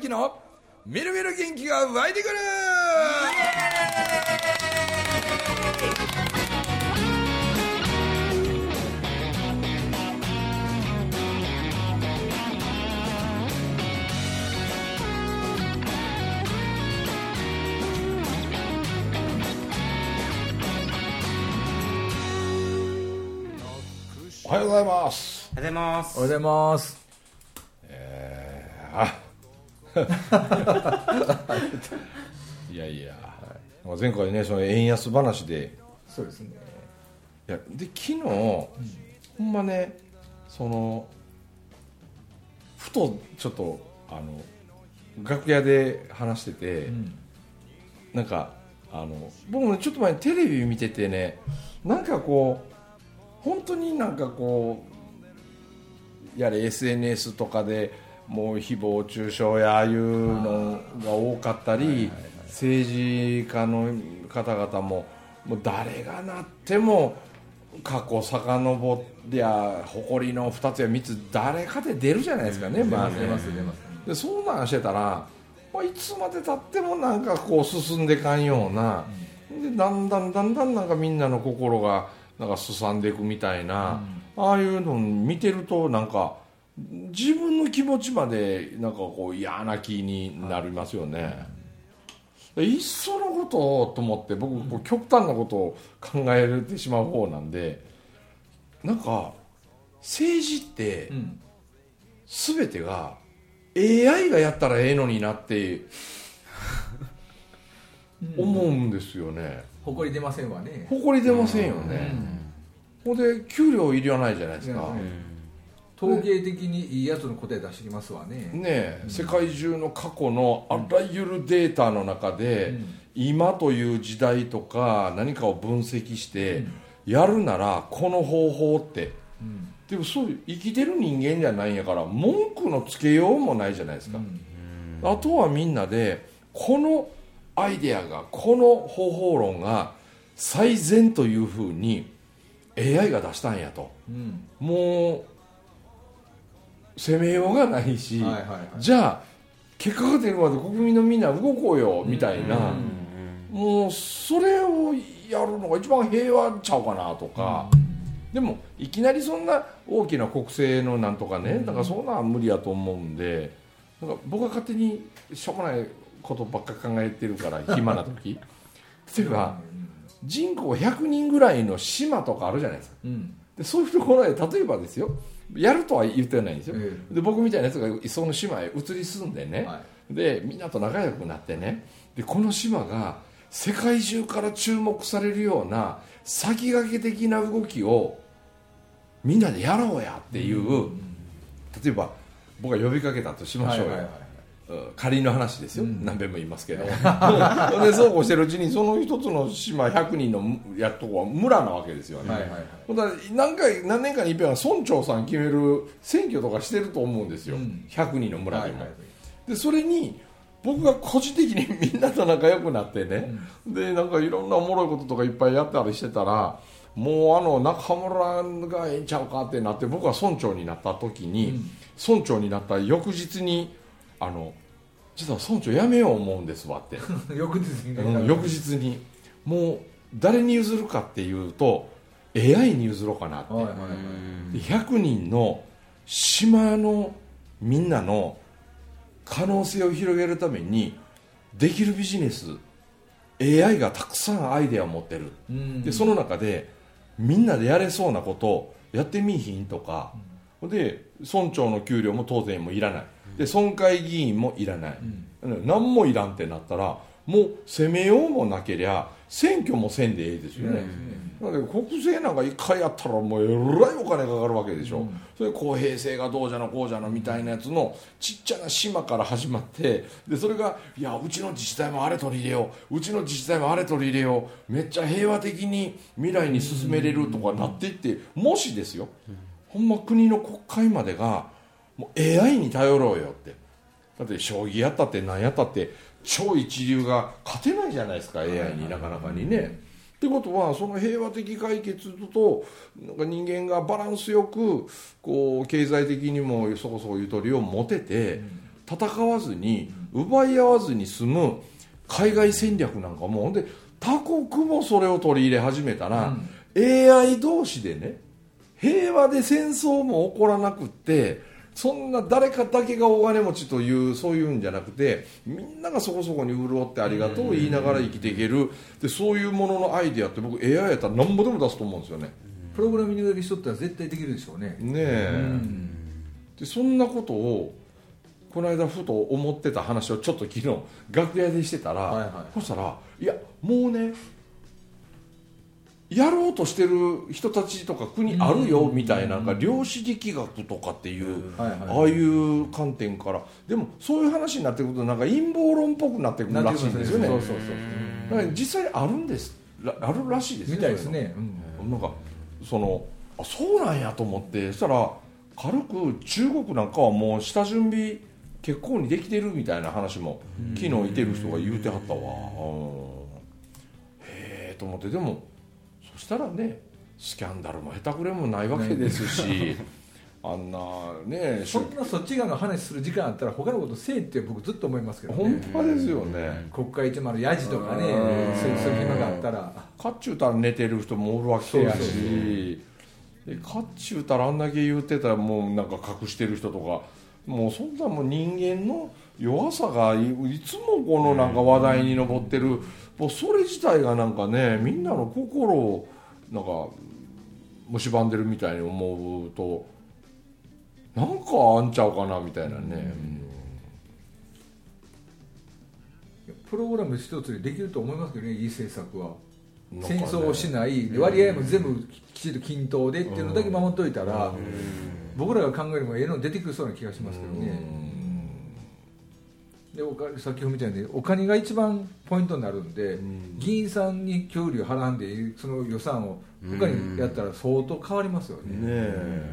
之のみるみる元気が湧いてくる。おはようございます。 おはようございます。 おはようございます。 いやいや、前回ね、その円安話で、 そうですね。 いやで昨日、ほんまね、そのふとちょっと楽屋で話してて、なんか僕もちょっと前にテレビ見ててね、なんかこう本当になんかこうやれ SNS とかでもう誹謗中傷やああいうのが多かったり、政治家の方々ももう誰がなっても過去遡りゃ誇りの2つや3つ誰かで出るじゃないですかね。まあね、でそうなんしてたら、まあ、いつまでたってもなんかこう進んでかんような、でだんだんなんかみんなの心がなんかすさんでいくみたいな、ああいうのを見てるとなんか自分の気持ちまでなんかこう嫌な気になりますよね。いっそのことをと思って、僕極端なことを考えてしまう方なんで、なんか政治って全てが AI がやったらええのになって思うんですよね。 誇り出ませんわね。 誇り出ませんよね。ほんで給料いらないじゃないですか。 統計的にいいやつの答え出してきますわね。 ねえ、世界中の過去のあらゆるデータの中で、今という時代とか何かを分析してやるならこの方法って、でもそういう生きてる人間じゃないんやから文句のつけようもないじゃないですか。あとはみんなでこのアイデアが、この方法論が最善というふうに AI が出したんやと、もう責めようがないし、じゃあ結果が出るまで国民のみんな動こうよみたいな、もうそれをやるのが一番平和ちゃうかなとか、でもいきなりそんな大きな国政のなんとかね、だからそんな無理やと思うんで、なんか僕は勝手にしょうもないことばっか考えてるから暇な時例えば人口100人ぐらいの島とかあるじゃないですか、でそういうところへ例えばですよ、やるとは言ってないんですよ、で僕みたいなやつがその島へ移り住んでね、でみんなと仲良くなってね、でこの島が世界中から注目されるような先駆け的な動きをみんなでやろうやっていう、例えば僕が呼びかけたとしましょうよ、仮の話ですよ、何べんも言いますけどでそうこうしてるうちにその一つの島100人のやっとこは村なわけですよね、だから何年かに一遍は村長さん決める選挙とかしてると思うんですよ、100人の村でも、でそれに僕が個人的にみんなと仲良くなってね、でなんかいろんなおもろいこととかいっぱいやったりしてたら、もう中村がええんちゃうかってなって、僕が村長になった時に、村長になった翌日に実は村長辞めよう思うんですわって翌日に、 翌日にもう誰に譲るかっていうと AI に譲ろうかなって、で100人の島のみんなの可能性を広げるためにできるビジネス AI がたくさんアイデアを持ってる、でその中でみんなでやれそうなことをやってみいひんとか、で村長の給料も当然もいらない、で村会議員もいらない、何もいらんってなったらもう攻めようもなけりゃ選挙もせんでええですよね、だから国政なんか一回やったらもうえらいお金かかるわけでしょ、それ公平性がどうじゃのこうじゃのみたいなやつのちっちゃな島から始まって、でそれがいやうちの自治体もあれ取り入れよう、うちの自治体もあれ取り入れよう、めっちゃ平和的に未来に進めれるとかなっていって、もしですよ、ほんま国の国会までがもう AI に頼ろうよって、だって将棋やったって何やったって超一流が勝てないじゃないですか、 AI になかなかにね。ってことはその平和的解決となんか人間がバランスよくこう経済的にもそこそこゆとりを持てて、 戦わずに奪い合わずに済む海外戦略なんかもほんで他国もそれを取り入れ始めたら、AI 同士でね平和で戦争も起こらなくって、そんな誰かだけが大金持ちというそういうんじゃなくて、みんながそこそこに潤ってありがとう言いながら生きていける。でそういうもののアイデアって僕 AI やったら何ぼでも出すと思うんですよね。 プログラミングだけしとったら絶対できるでしょうね。 ねえ、でそんなことをこの間ふと思ってた話をちょっと昨日楽屋でしてたら、そしたらいやもうねやろうとしてる人たちとか国あるよみたいな、なんか量子力学とかっていう、ああいう観点から、でもそういう話になってくるとなんか陰謀論っぽくなってくるらしいんですよね。だから実際あるんですあるらしいですね。 みたいですね。 なんかそうなんやと思って、そしたら軽く中国なんかはもう下準備結構にできてるみたいな話も昨日いてる人が言うてはったわ。へえと思って、でもそしたらねスキャンダルも下手くれもないわけですし、あんなねそんなそっち側の話する時間あったら他のことせえって僕ずっと思いますけどね。 本当ですよね。 国会一丸やじとかね、そういう暇があったらかっちゅうたら寝てる人もおるわけやし、かっちゅうたらあんだけ言ってたらもうなんか隠してる人とか、もうそんなもう人間の弱さがいつもこのなんか話題に上ってる、もうそれ自体がなんかねみんなの心をなんか蝕んでるみたいに思うと、なんかあんちゃうかなみたいなね。 プログラム一つでできると思いますけどね、いい政策は。戦争をしない、割合も全部きちんと均等でっていうのだけ守っといたら、僕らが考えるもええの出てくるそうな気がしますけどね。でさっきもみたいにお金が一番ポイントになるんで、議員さんに給料払わんでその予算を他にやったら相当変わりますよね。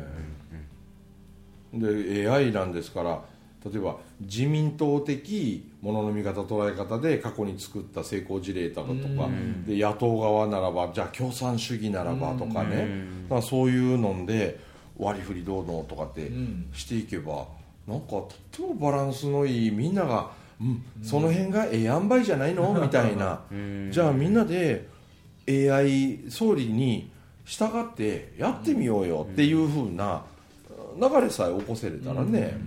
で AI なんですから、例えば自民党的ものの見方捉え方で過去に作った成功事例とか、で野党側ならばじゃあ共産主義ならばとかね、だからそういうので割り振りどうのとかってしていけば、なんかとってもバランスのいい、みんなが、その辺がええ塩梅じゃないのみたいなじゃあみんなで AI 総理に従ってやってみようよっていう風な流れさえ起こせれたらね、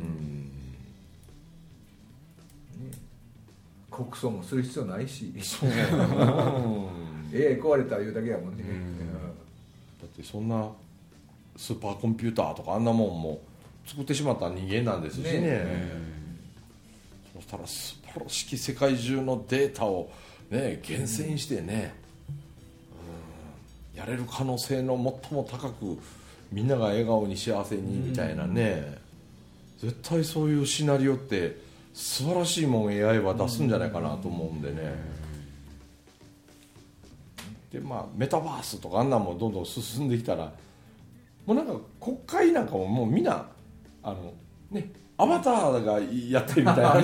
国葬もする必要ないし、 そう AI 壊れたいうだけやもんね。 だってそんなスーパーコンピューターとかあんなもんも作ってしまった人間なんですしね。そしたら素晴らしき世界中のデータを、ね、厳選してね、やれる可能性の最も高くみんなが笑顔に幸せにみたいなね、絶対そういうシナリオって素晴らしいもん AI は出すんじゃないかなと思うんでね。でメタバースとかあんなんもどんどん進んできたら、もうなんか国会なんかももうみんなアバターがやってるみたいなね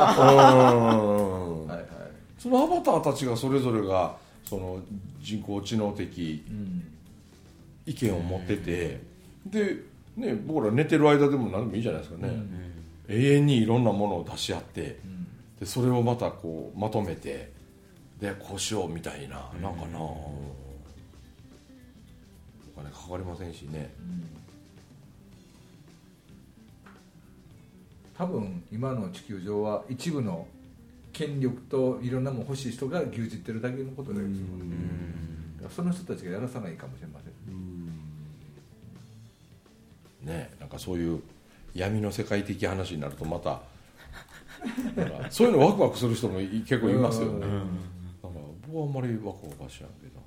そのアバターたちがそれぞれがその人工知能的意見を持ってて、で、僕ら寝てる間でも何でもいいじゃないですかね、永遠にいろんなものを出し合って、でそれをまたこうまとめて、でこうしようみたいな、なんかな、お金かかりませんしね。 多分今の地球上は一部の権力といろんなもの欲しい人が牛耳ってるだけのことですよ。その人たちがやらさないかもしれませんね。なんかそういう闇の世界的話になるとまたなんかそういうのワクワクする人も結構いますよね。だから僕はあんまりワクワクはしないけど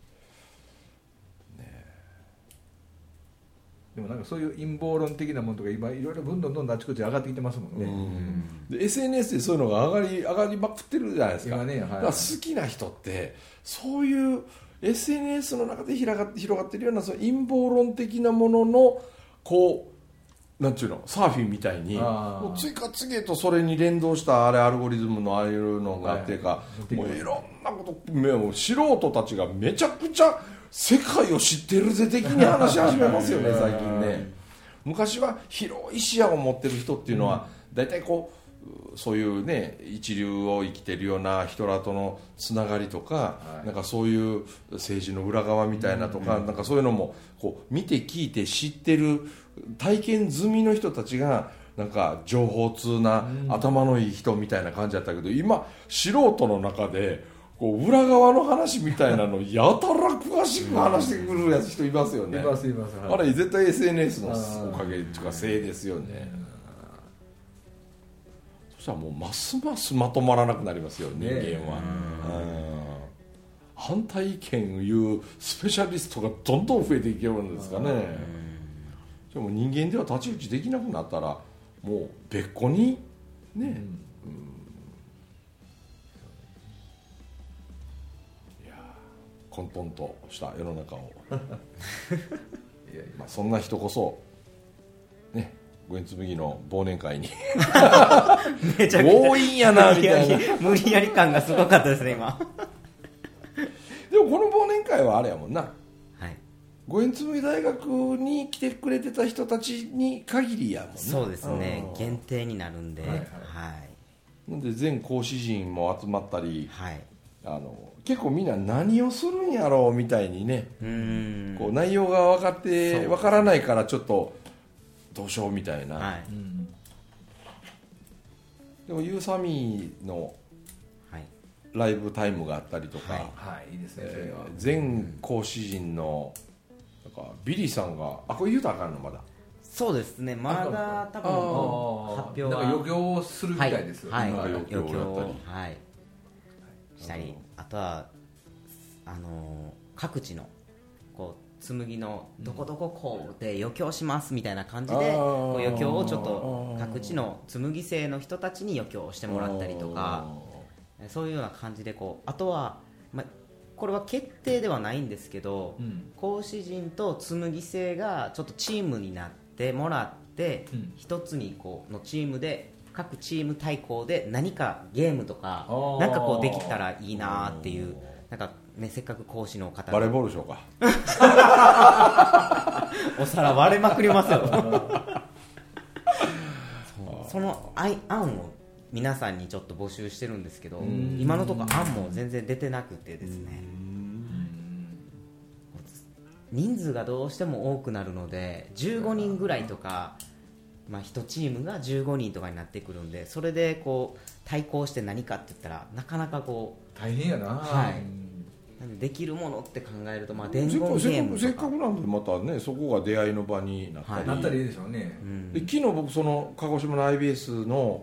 でもなんかそういう陰謀論的なものとか今いろいろどんどんあちこち上がってきてますもんね。 で SNS でそういうのが上がりまくってるじゃないですか。 今ね、 だから好きな人ってそういう SNS の中で広がってるようなその陰謀論的なもののこうなんていうのサーフィンみたいにもう次から次へとそれに連動したアルゴリズムのああいうのがあってか、もういろんなこともう素人たちがめちゃくちゃ世界を知ってるぜ的に話し始めますよね最近ね。昔は広い視野を持ってる人っていうのは大体こそういうね一流を生きてるような人らとのつながりとか、なんかそういう政治の裏側みたいなとか、なんかそういうのもこう見て聞いて知ってる体験済みの人たちがなんか情報通な頭のいい人みたいな感じだったけど、今素人の中でこう裏側の話みたいなのやたら詳しく話してくるやつ人いますよね。 います、 あれ絶対 SNS のおかげとかせいですよね。そしたらもうますますまとまらなくなりますよ人間は。反対意見言うスペシャリストがどんどん増えていけるんですかね。でも人間では太刀打ちできなくなったらもう別個にね、いや混沌とした世の中をまあそんな人こそね五円紬の忘年会にめちゃくちゃ多いんやなみたいな無理やり感がすごかったですね今。 でもこの忘年会はあれやもんな、 はい、 五円紬大学に来てくれてた人たちに限りやもんな。 そうですね、限定になるんで、はい、 なんで全講師陣も集まったり、 はい、 結構みんな何をするんやろうみたいにね、こう内容が分からないからちょっとどうしようみたいな、はい、でもユーサミーのライブタイムがあったりとか、 いいですね、 全講師陣のなんかビリーさんがこれ言うたらあかんのまだ。 そうですね、まだ多分発表はなんか余興をするみたいですよね。 余興をしたり、あとは各地のこう紬のどこどこ校で余興しますみたいな感じでこう余興をちょっと各地の紬生の人たちに余興をしてもらったりとか、そういうような感じでこう、あとは、これは決定ではないんですけど、講師陣と紬生がちょっとチームになってもらって、一つにこうのチームで各チーム対抗で何かゲームとかなんかこうできたらいいなっていう、なんかね、せっかく講師の方がバレーボールでしょうかお皿割れまくりますよその案を皆さんにちょっと募集してるんですけど、今のところ案も全然出てなくてですね、人数がどうしても多くなるので15人ぐらいとか、1チームが15人とかになってくるんで、それでこう対抗して何かって言ったらなかなかこう大変やな、 なんでできるものって考えると、伝言ゲームとかせっかくなんでまたねそこが出会いの場になったり、 なったらいいでしょうね。 で昨日僕その鹿児島の IBS の、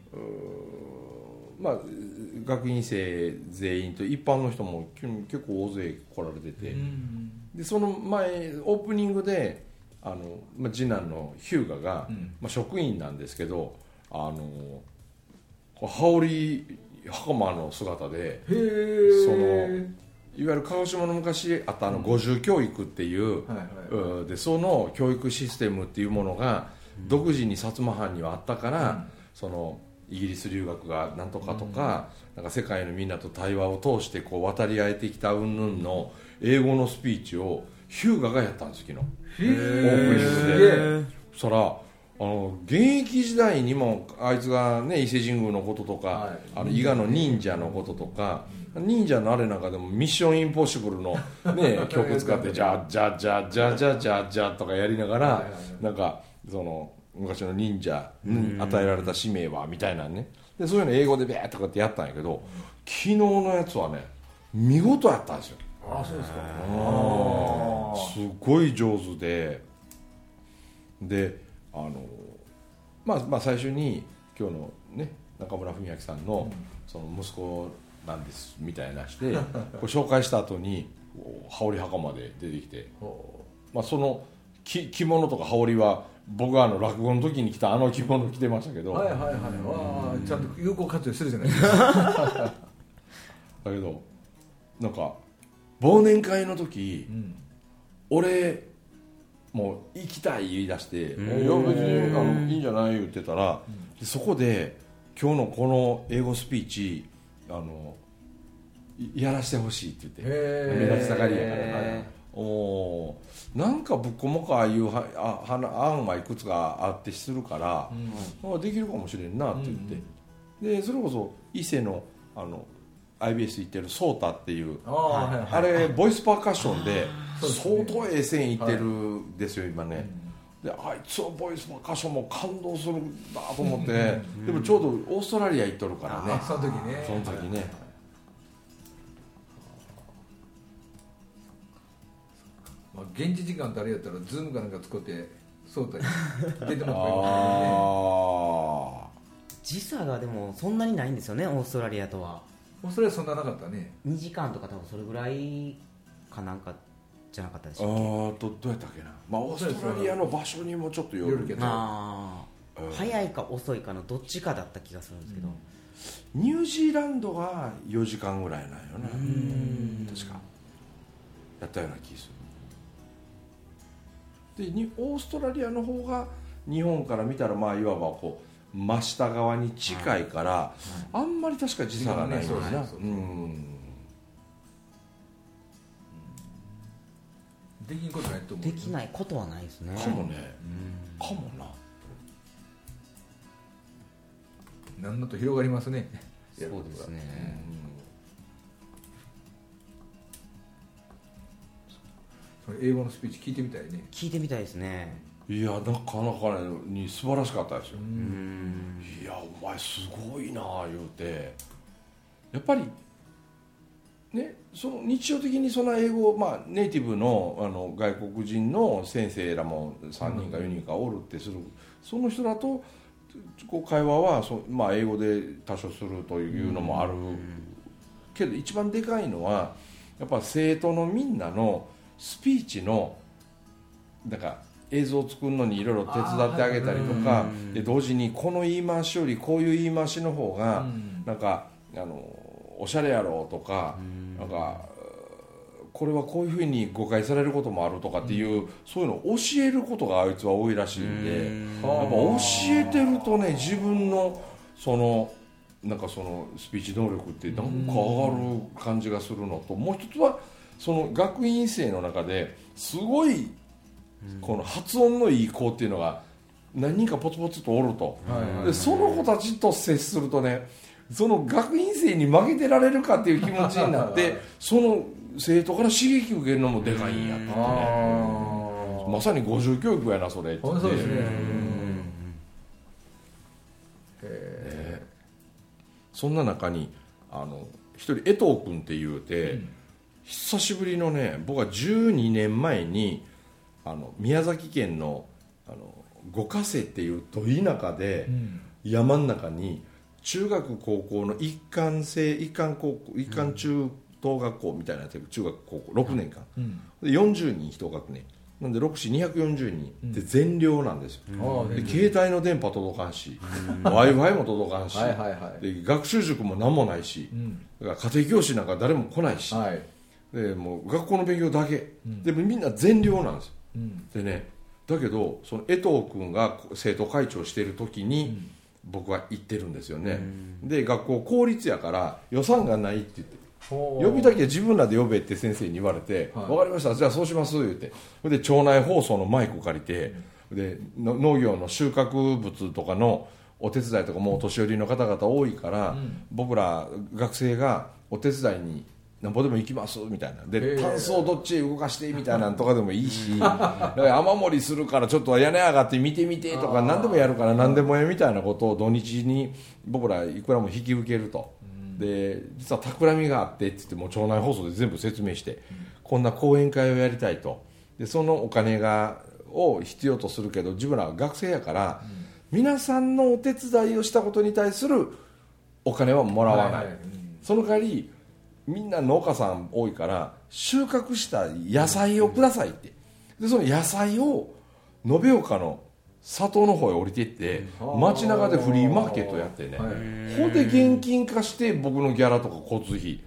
学院生全員と一般の人も結構大勢来られてて、でその前オープニングで次男のヒューガが、職員なんですけど羽織袴の姿で、いわゆる鹿児島の昔あった五重教育っていう、でその教育システムっていうものが独自に薩摩藩にはあったから、そのイギリス留学がなんとかとか、なんか世界のみんなと対話を通してこう渡り合えてきた云々の英語のスピーチをヒューガがやったんです昨日、オープニングで。そしたら現役時代にもあいつがね伊勢神宮のこととか、伊賀の忍者のこととか、忍者のあれなんかでもミッションインポッシブルのね曲使ってジャジャジャジャジャジャジャとかやりながら、なんかその昔の忍者に与えられた使命はみたいなね、でそういうの英語でベーとかってやったんやけど、昨日のやつはね見事やったんですよ。 そうですか。 すごい上手で、最初に今日のね中村文明さんのその息子なんですみたいなしてこれ紹介した後に羽織袴で出てきて、その着物とか羽織は僕が落語の時に着た着物着てましたけど、 ちゃんと有効活用するじゃないですかだけどなんか忘年会の時、俺もう行きたい言い出して、いや別にいいんじゃない言ってたら、そこで今日のこの英語スピーチやらせてほしいって言って、目立ちたがりやからなんかぶっこもかああいう案はいくつかあってするから、できるかもしれんなって言って、でそれこそ伊勢のIBS 行ってるソータっていうあれボイスパーカッションで相当ええ線いってるんですよ今ね。であいつのボイスパーカッションも感動するんだと思って、でもちょうどオーストラリア行っとるからね、 その時ねまあ、現地時間ってあれやったらズームかなんか使ってそうだに出てもらった時差がでもそんなにないんですよね、オーストラリアとは。 オーストラリアそんななかったね。 2時間とか多分それぐらいかなんかじゃなかったでしょうどうやったっけな、まあ、オーストラリアの場所にもちょっとよるけど、 早いか遅いかのどっちかだった気がするんですけど、 ニュージーランドが4時間ぐらいなんよね、確かやったような気がする。でオーストラリアの方が日本から見たらまあいわばこう真下側に近いから、あんまり確か時差がないんだな。 できんことないと思う。 できないことはないですね。 かもね、かもな。 なんのと広がりますね。 そうですね。 英語のスピーチ聞いてみたいね。 聞いてみたいですね。 いやなかなかに素晴らしかったですよ。いやお前すごいな言うて、やっぱりね、その日常的にその英語、まあ、ネイティブの、外国人の先生らも3人か4人かおるってする、その人らとこう会話はまあ、英語で多少するというのもあるけど、一番でかいのはやっぱ生徒のみんなのスピーチのだから映像を作るのにいろいろ手伝ってあげたりとかで、同時にこの言い回しよりこういう言い回しの方がなんかおしゃれやろとか、なんかこれはこういうふうに誤解されることもあるとかっていう、そういうのを教えることがあいつは多いらしいんで、やっぱ教えてるとね、自分のなんかそのスピーチ能力ってなんか上がる感じがするのと、もう一つはその学院生の中ですごいこの発音のいい子っていうのが何人かポツポツとおると、でその子たちと接するとね、その学院生に負けてられるかっていう気持ちになってその生徒から刺激受けるのもでかいんやってね、まさに五重教育やなそれって。 そうですね。 そんな中に一人江藤君っていうて、久しぶりのね、僕は12年前に宮崎県の五ヶ瀬っていうど田舎で、山の中に中学高校の一貫中等学校みたいなやつ、中学高校6年間、で40人1学年なんで6×4=240人で全寮なんですよ、で携帯の電波届かんしWi-Fi も届かんし、で学習塾も何もないし、だから家庭教師なんか誰も来ないし、でもう学校の勉強だけ、でもみんな全寮なんですよ、でね、だけどその江藤君が生徒会長している時に、僕は行ってるんですよね、で学校公立やから予算がないって言って、呼びだけは自分らで呼べって先生に言われて、分かりました、じゃあそうします言って、で町内放送のマイク借りて、で農業の収穫物とかのお手伝いとかもお年寄りの方々多いから、僕ら学生がお手伝いになんぼでも行きますみたいなで、タンスをどっちへ動かしてみたいなのとかでもいいし雨漏りするからちょっと屋根上がって見てみてとか、何でもやるから何でもやみたいなことを土日に僕らいくらも引き受けると、で実は企みがあってって言っても町内放送で全部説明して、こんな講演会をやりたいと、でそのお金を必要とするけど自分らは学生やから、皆さんのお手伝いをしたことに対するお金はもらわない、その代わりみんな農家さん多いから収穫した野菜をくださいって、でその野菜を延岡の里の方へ降りていって街中でフリーマーケットやってね、ほんで現金化して僕のギャラとか交通費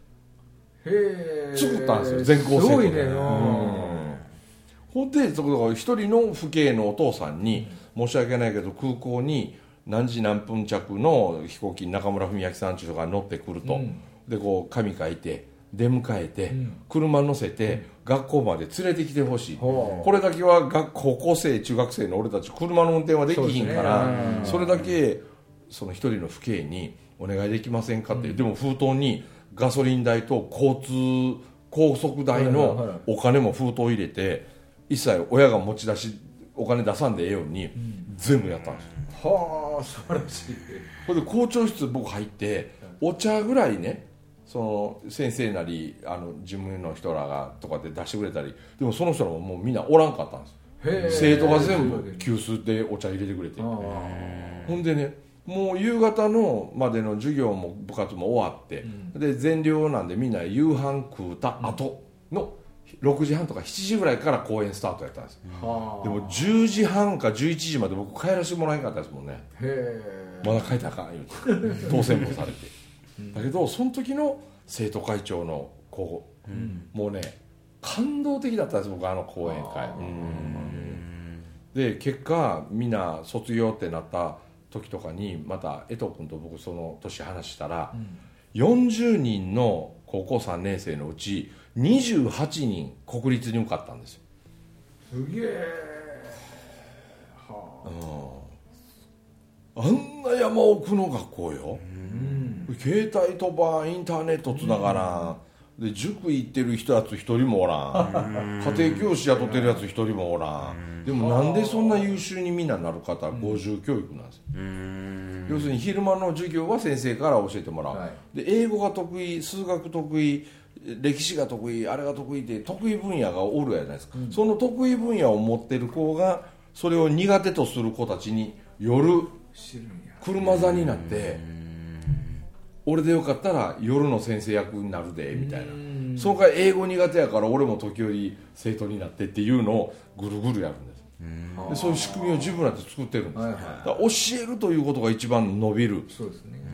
作ったんですよ、全校生徒で。すごいね。ほんで一人の父兄のお父さんに、申し訳ないけど空港に何時何分着の飛行機中村文明さんという人が乗ってくると、でこう紙書いて、 出迎えて、車乗せて学校まで連れてきてほしい、 ほうこれだけは高校生中学生の俺たち車の運転はできひんから、それだけその一人の父兄にお願いできませんかって、でも封筒にガソリン代と高速代のお金も封筒入れて、一切親が持ち出しお金出さんでええように全部やったんですよ。 はあ素晴らしい。 これで校長室僕入ってお茶ぐらいね、その先生なり事務の人らがとかで出してくれたり、でもその人らももうみんなおらんかったんです。生徒が全部急須でお茶入れてくれて、ほんでね、もう夕方のまでの授業も部活も終わって、で全寮なんでみんな夕飯食うた後の6時半とか7時ぐらいから公演スタートやったんです。でも10時半か11時まで僕帰らせてもらえんかったですもんね。まだ帰ったらあかん言うて当選もされてだけどその時の生徒会長の子、もうね感動的だったんです僕講演会で。結果みんな卒業ってなった時とかにまた江藤君と僕その年話したら、40人の高校3年生のうち28人国立に受かったんですよ。 すげえ、 あんな山奥の学校よ、携帯とばインターネットつながらん、で塾行ってる人やつ一人もおらん、家庭教師雇ってるやつ一人もおらん、でもなんでそんな優秀にみんななるかって50教育なんですよ。要するに昼間の授業は先生から教えてもらう、で英語が得意、数学得意、歴史が得意、あれが得意って得意分野がおるやないですか、その得意分野を持ってる子がそれを苦手とする子たちに夜車座になって、俺でよかったら夜の先生役になるでみたいな、その代わり英語苦手やから俺も時折生徒になってっていうのをぐるぐるやるんです。でそういう仕組みを自分らで作ってるんです、だから教えるということが一番伸びる。 そうですね。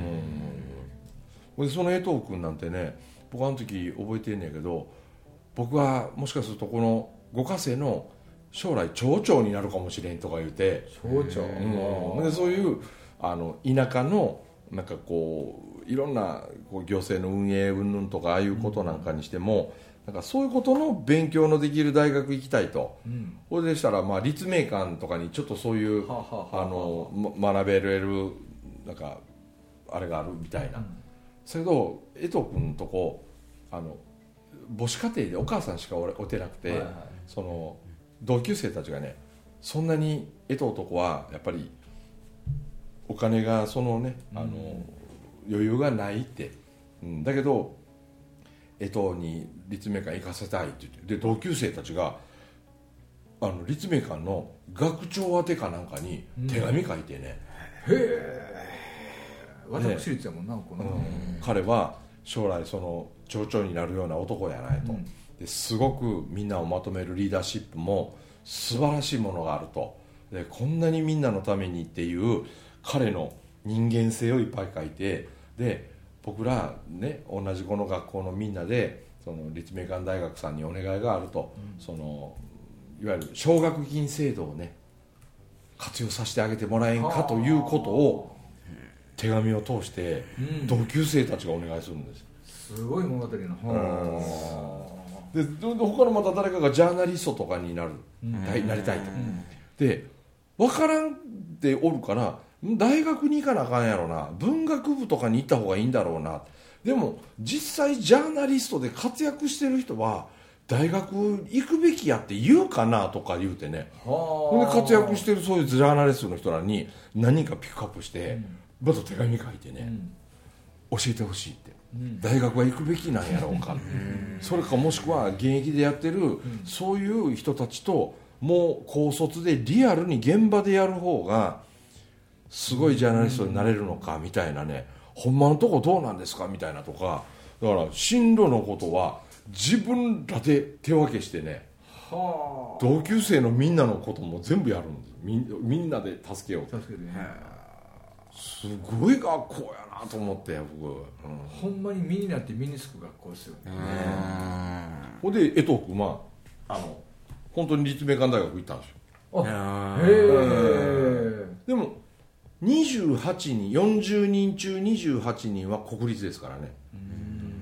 でその江藤君なんてね、僕あの時覚えてんねんけど、僕はもしかするとこの五ヶ瀬の将来町長になるかもしれんとか言うて、 町長、 でそういう田舎のなんかこういろんなこう行政の運営云々とかああいうことなんかにしても、なんかそういうことの勉強のできる大学行きたいと、これでしたらまあ立命館とかにちょっとそういう学べれるなんかあれがあるみたいな、それと江藤君とこ母子家庭でお母さんしかおてなくて、その同級生たちがね、そんなに江藤とこはやっぱりお金がそのね、余裕がないって、だけど江藤に立命館行かせたいって言って、で同級生たちが立命館の学長宛てかなんかに手紙書いてね、 へえ、私立やもんな、この、 彼は将来その町長になるような男やないと、ですごくみんなをまとめるリーダーシップも素晴らしいものがあると、でこんなにみんなのためにっていう彼の人間性をいっぱい書いて、で僕らね同じこの学校のみんなでその立命館大学さんにお願いがあると、そのいわゆる奨学金制度をね活用させてあげてもらえんかということを手紙を通して同級生たちがお願いするんです。 すごい物語な。 で他のまた誰かがジャーナリストとかになりたいと、で分からんでおるから大学に行かなあかんやろな、文学部とかに行った方がいいんだろうな、でも実際ジャーナリストで活躍してる人は大学行くべきやって言うかなとか言うてね、で活躍してるそういうジャーナリストの人らに何人かピックアップして、また手紙書いてね、教えてほしいって、大学は行くべきなんやろうか、それかもしくは現役でやってるそういう人たちともう高卒でリアルに現場でやる方がすごいジャーナリストになれるのかみたいなね、ほんまのとこどうなんですかみたいなとか、だから進路のことは自分らで手分けしてね、同級生のみんなのことも全部やるんです。みんなで助けよう。すごい学校やなと思って僕、 ほんまに身になって身につく学校ですよね。 ほんで江藤君は本当に立命館大学行ったんですよ。でも28人40人中28人は国立ですからね。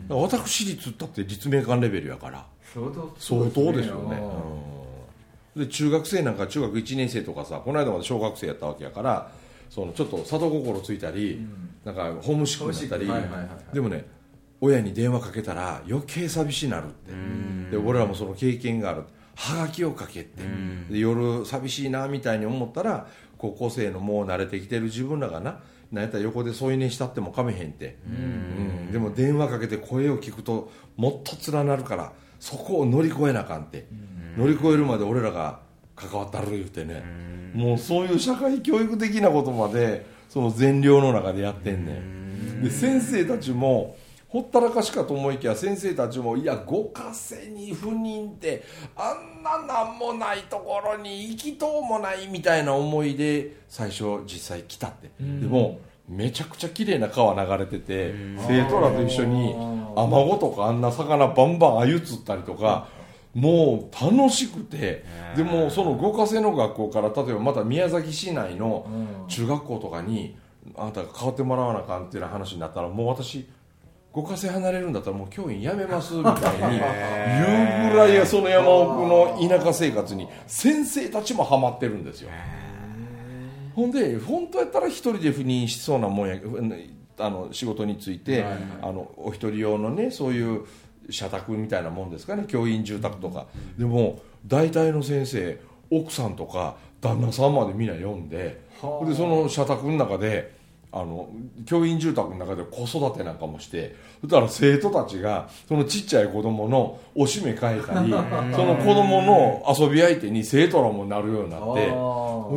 私立だって立命館レベルやから相当ですよね。で中学生なんか中学1年生とかさ、この間まで小学生やったわけやから、そのちょっと里心ついたり、なんかホームシックになったり、でもね親に電話かけたら余計寂しいなるって、で俺らもその経験がある、はがきをかけって、で夜寂しいなみたいに思ったら、高校生のもう慣れてきてる自分らがな、なんやったら横で添い寝したってもかめへんって、でも電話かけて声を聞くともっと連なるから、そこを乗り越えなあかんって、乗り越えるまで俺らが関わったる言うてね、もうそういう社会教育的なことまでその善良の中でやってんねん。で先生たちもほったらかしかと思いきや、先生たちもいやご家庭に赴任ってあんななんもないところに行きとうもないみたいな思いで最初実際来たって、でもめちゃくちゃ綺麗な川流れてて、生徒らと一緒にアマゴとかあんな魚バンバン鮎釣ったりとか、もう楽しくて、でもその五ヶ瀬の学校から例えばまた宮崎市内の中学校とかにあなたが変わってもらわなあかんっていう話になったら、もう私五ヶ瀬離れるんだったらもう教員辞めますみたいに言うぐらい、その山奥の田舎生活に先生たちもハマってるんですよ。ほんで本当やったら一人で赴任しそうなもんや、仕事について、お一人用のねそういう社宅みたいなもんですかね、教員住宅とか、でも大体の先生奥さんとか旦那さんまでみんな呼んで、でその社宅の中で教員住宅の中で子育てなんかもして、そしたら生徒たちがそのちっちゃい子供のおしめ変えたりその子供の遊び相手に生徒らもなるようになって、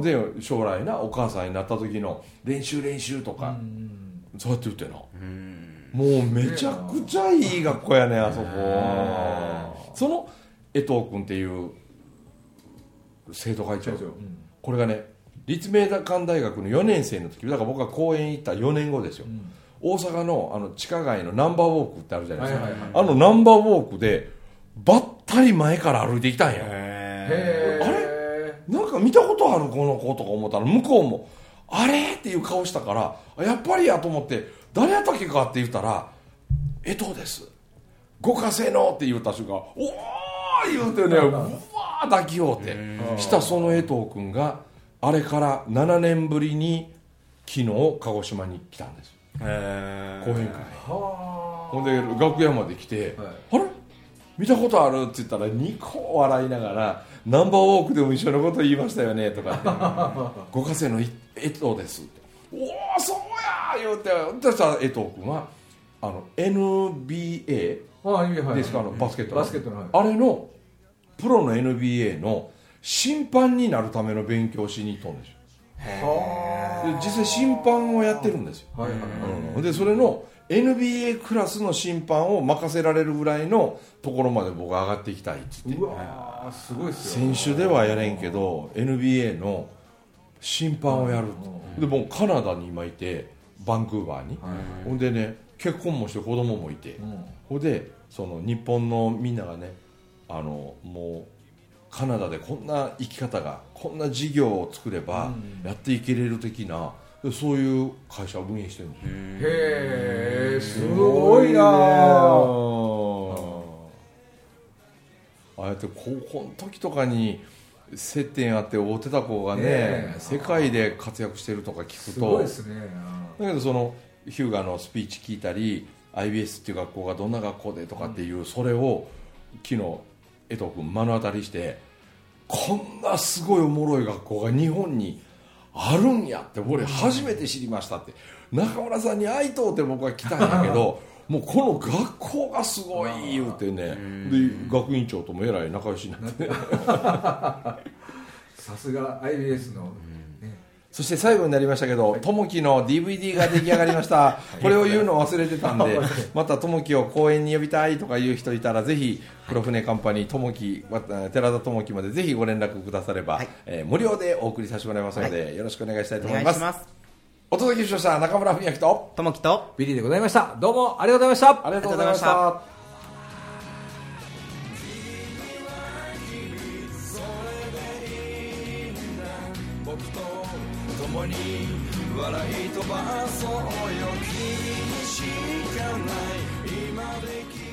で将来なお母さんになった時の練習とか、そうやって言ってな、もうめちゃくちゃいい学校やねあそこ。その江藤君っていう生徒会長、これがね立命館大学の4年生の時だから、僕が講演行った4年後ですよ、大阪の地下街のナンバーウォークってあるじゃないですか、ナンバーウォークでばったり前から歩いてきたんや。あれなんか見たことあるこの子とか思ったら、向こうもあれっていう顔したから、やっぱりやと思って誰やったっけかって言ったら江藤です五ヶ瀬のって言った瞬間、おー言うてね、うわー抱きようってしたその江藤君があれから7年ぶりに昨日鹿児島に来たんです。講演会ほんで楽屋まで来て、あれ見たことあるって言ったらニコ笑いながら、ナンバーウォークでも一緒のこと言いましたよねとかって五ヶ瀬の江藤ですって、おおそうや言うて、そしたら江藤君はNBA ですか、バスケットのあれのプロの NBA の審判になるための勉強をしに行ったんですよ。で実際審判をやってるんですよ、でそれの NBA クラスの審判を任せられるぐらいのところまで僕は上がっていきたいって言って、 うわすごいっすよ。 選手ではやれんけど NBA の審判をやると、でもうカナダに今いてバンクーバーに、ほんでね結婚もして子供もいて、ほんでその日本のみんながねもうカナダでこんな生き方が、こんな事業を作ればやっていけれる的な、そういう会社を運営してるんですよ。 へえすごいなああやって高校の時とかに接点あって会ってた子がね、世界で活躍してるとか聞くとすごいですね。 だけどそのヒューガのスピーチ聞いたり IBS っていう学校がどんな学校でとかっていう、それを昨日江藤君目の当たりして、こんなすごいおもろい学校が日本にあるんやって俺初めて知りましたって、中村さんに会いとうって僕は来たんやけどもうこの学校がすごい言うてね、で学院長ともえらい仲良しになってさすが IBS の、 そして最後になりましたけど、ともきの DVD が出来上がりましたこれを言うの忘れてたんでまたともきを公演に呼びたいとかいう人いたらぜひ黒船カンパニーともき寺田ともきまでぜひご連絡くだされば、無料でお送りさせてもらいますので、よろしくお願いしたいと思います。お届けしました中村文明とともきとビリーでございました。どうもありがとうございました。 ありがとうございました。 共に笑い飛ばそうよ、君にしかない今でき